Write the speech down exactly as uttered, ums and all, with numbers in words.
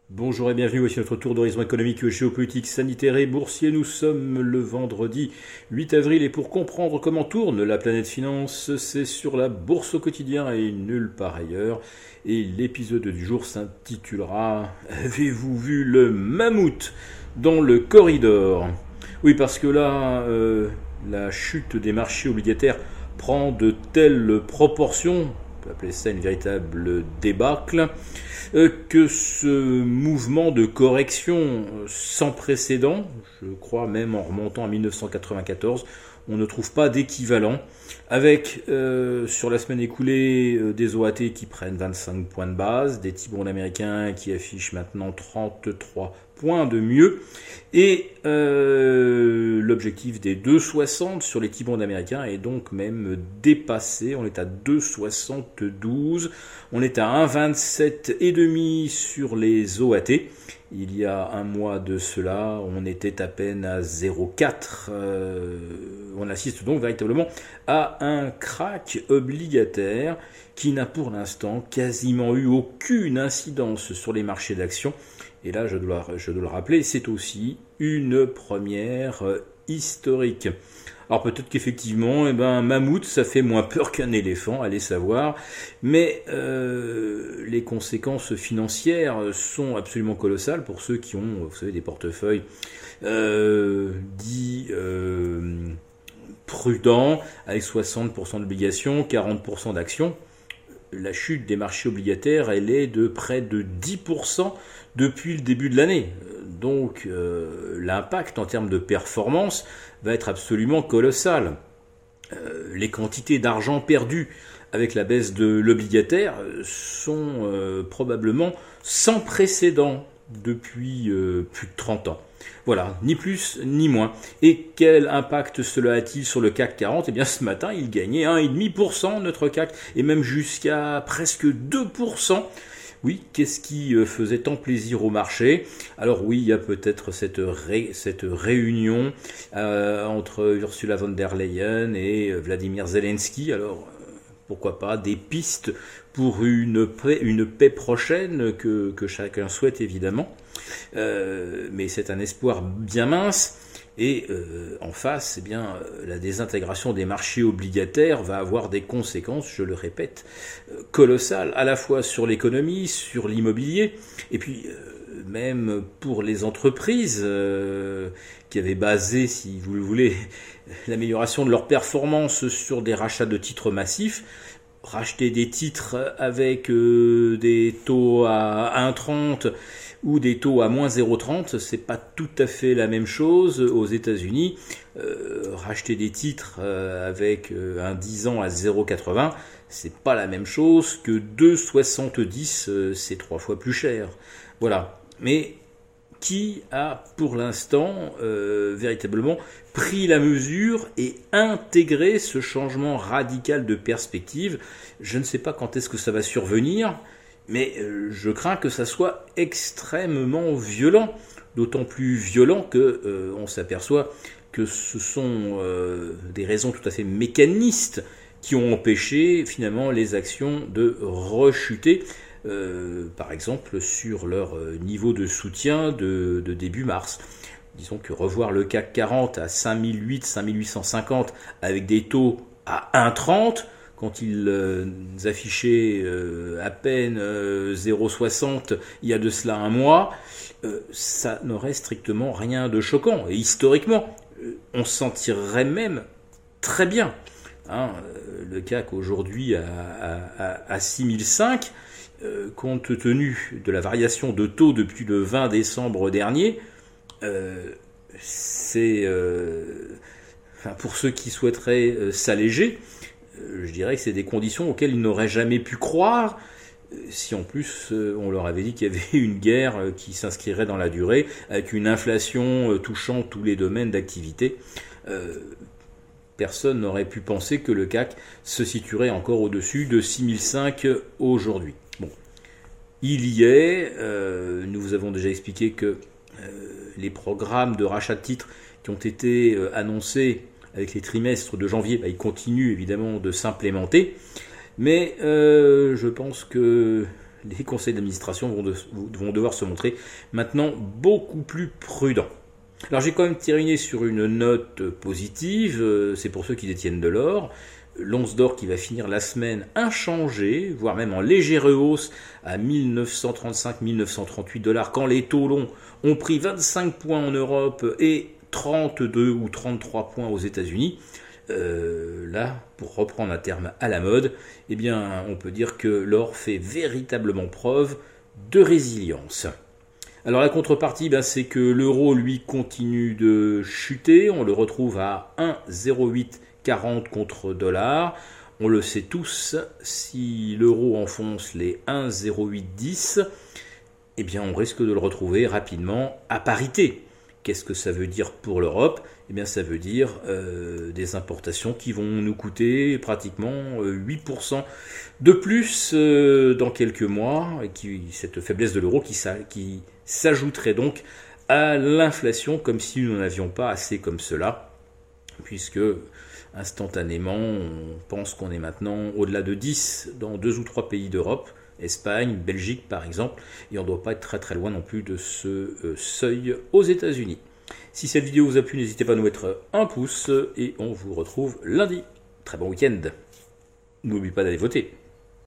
Bonjour et bienvenue, voici notre tour d'horizon économique, géopolitique, sanitaire et boursier. Nous sommes le vendredi huit avril et pour comprendre comment tourne la planète finance, c'est sur la bourse au quotidien et nulle part ailleurs. Et l'épisode du jour s'intitulera « Avez-vous vu le mammouth dans le corridor ?» Oui, parce que là, euh, la chute des marchés obligataires prend de telles proportions, on peut appeler ça une véritable débâcle, que ce mouvement de correction sans précédent, je crois même en remontant à dix-neuf cent quatre-vingt-quatorze, on ne trouve pas d'équivalent, avec euh, sur la semaine écoulée euh, des O A T qui prennent vingt-cinq points de base, des T-bonds américains qui affichent maintenant trente-trois points de mieux, et euh, l'objectif des deux virgule soixante sur les T-bonds américains est donc même dépassé, on est à deux virgule soixante-douze, on est à un virgule vingt-sept virgule cinq sur les O A T. Il y a un mois de cela, on était à peine à zéro virgule quatre. Euh, on assiste donc véritablement à un crack obligataire qui n'a pour l'instant quasiment eu aucune incidence sur les marchés d'actions. Et là, je dois, je dois le rappeler, c'est aussi une première historique. Alors peut-être qu'effectivement, eh ben, un mammouth, ça fait moins peur qu'un éléphant, allez savoir. Mais euh, les conséquences financières sont absolument colossales pour ceux qui ont, vous savez, des portefeuilles euh, dits euh, prudents, avec soixante pour cent d'obligations, quarante pour cent d'actions. La chute des marchés obligataires, elle est de près de dix pour cent depuis le début de l'année. Donc euh, l'impact en termes de performance va être absolument colossal. Euh, les quantités d'argent perdues avec la baisse de l'obligataire sont euh, probablement sans précédent depuis euh, plus de trente ans. Voilà, ni plus ni moins. Et quel impact cela a-t-il sur le C A C quarante ? Eh bien ce matin, il gagnait un virgule cinq pour cent notre C A C, et même jusqu'à presque deux pour cent. Oui, qu'est-ce qui faisait tant plaisir au marché ? Alors oui, il y a peut-être cette, ré, cette réunion euh, entre Ursula von der Leyen et Vladimir Zelensky. Alors pourquoi pas des pistes pour une paix, une paix prochaine que, que chacun souhaite évidemment. Euh, mais c'est un espoir bien mince. Et euh, en face, eh bien, la désintégration des marchés obligataires va avoir des conséquences, je le répète, euh, colossales, à la fois sur l'économie, sur l'immobilier, et puis euh, même pour les entreprises euh, qui avaient basé, si vous le voulez, l'amélioration de leur performance sur des rachats de titres massifs. Racheter des titres avec euh, des taux à un virgule trente ou des taux à moins zéro virgule trente, c'est pas tout à fait la même chose aux États-Unis. Euh, racheter des titres euh, avec euh, un dix ans à zéro virgule quatre-vingts, c'est pas la même chose que deux virgule soixante-dix, euh, c'est trois fois plus cher. Voilà. Mais qui a pour l'instant euh, véritablement pris la mesure et intégré ce changement radical de perspective ? Je ne sais pas quand est-ce que ça va survenir, mais euh, je crains que ça soit extrêmement violent, d'autant plus violent que euh, on s'aperçoit que ce sont euh, des raisons tout à fait mécanistes qui ont empêché finalement les actions de rechuter. Euh, par exemple sur leur niveau de soutien de, de début mars. Disons que revoir le C A C quarante à cinq mille huit cents, cinq mille huit cent cinquante avec des taux à un virgule trente, quand ils euh, affichaient euh, à peine euh, zéro virgule soixante il y a de cela un mois, euh, ça n'aurait strictement rien de choquant. Et historiquement, euh, on s'en tirerait même très bien. Hein, le C A C aujourd'hui à, à, à six mille cinq, Euh, compte tenu de la variation de taux depuis le vingt décembre dernier, euh, c'est, euh, enfin, pour ceux qui souhaiteraient euh, s'alléger, euh, je dirais que c'est des conditions auxquelles ils n'auraient jamais pu croire, euh, si en plus euh, on leur avait dit qu'il y avait une guerre euh, qui s'inscrirait dans la durée, avec une inflation euh, touchant tous les domaines d'activité. Euh, personne n'aurait pu penser que le C A C se situerait encore au-dessus de six mille cinq aujourd'hui. Bon, il y est, euh, nous vous avons déjà expliqué que euh, les programmes de rachat de titres qui ont été euh, annoncés avec les trimestres de janvier, bah, ils continuent évidemment de s'implémenter, mais euh, je pense que les conseils d'administration vont, de, vont devoir se montrer maintenant beaucoup plus prudents. Alors j'ai quand même terminé sur une note positive, c'est pour ceux qui détiennent de l'or. L'once d'or qui va finir la semaine inchangée, voire même en légère hausse à mille neuf cent trente-cinq mille neuf cent trente-huit dollars, quand les taux longs ont pris vingt-cinq points en Europe et trente-deux ou trente-trois points aux États-Unis. Euh, là, pour reprendre un terme à la mode, eh bien, on peut dire que l'or fait véritablement preuve de résilience. Alors la contrepartie, ben, c'est que l'euro, lui, continue de chuter. On le retrouve à un virgule zéro huit quarante contre dollar. On le sait tous, si l'euro enfonce les un virgule zéro huit dix, eh bien, on risque de le retrouver rapidement à parité. Qu'est-ce que ça veut dire pour l'Europe ? Eh bien, ça veut dire euh, des importations qui vont nous coûter pratiquement euh, huit pour cent de plus euh, dans quelques mois, et qui, cette faiblesse de l'euro qui, qui s'ajouterait donc à l'inflation, comme si nous n'en avions pas assez comme cela, puisque instantanément, on pense qu'on est maintenant au-delà de dix dans deux ou trois pays d'Europe, Espagne, Belgique par exemple, et on ne doit pas être très très loin non plus de ce euh, seuil aux États-Unis. Si cette vidéo vous a plu, n'hésitez pas à nous mettre un pouce et on vous retrouve lundi. Très bon week-end. N'oubliez pas d'aller voter.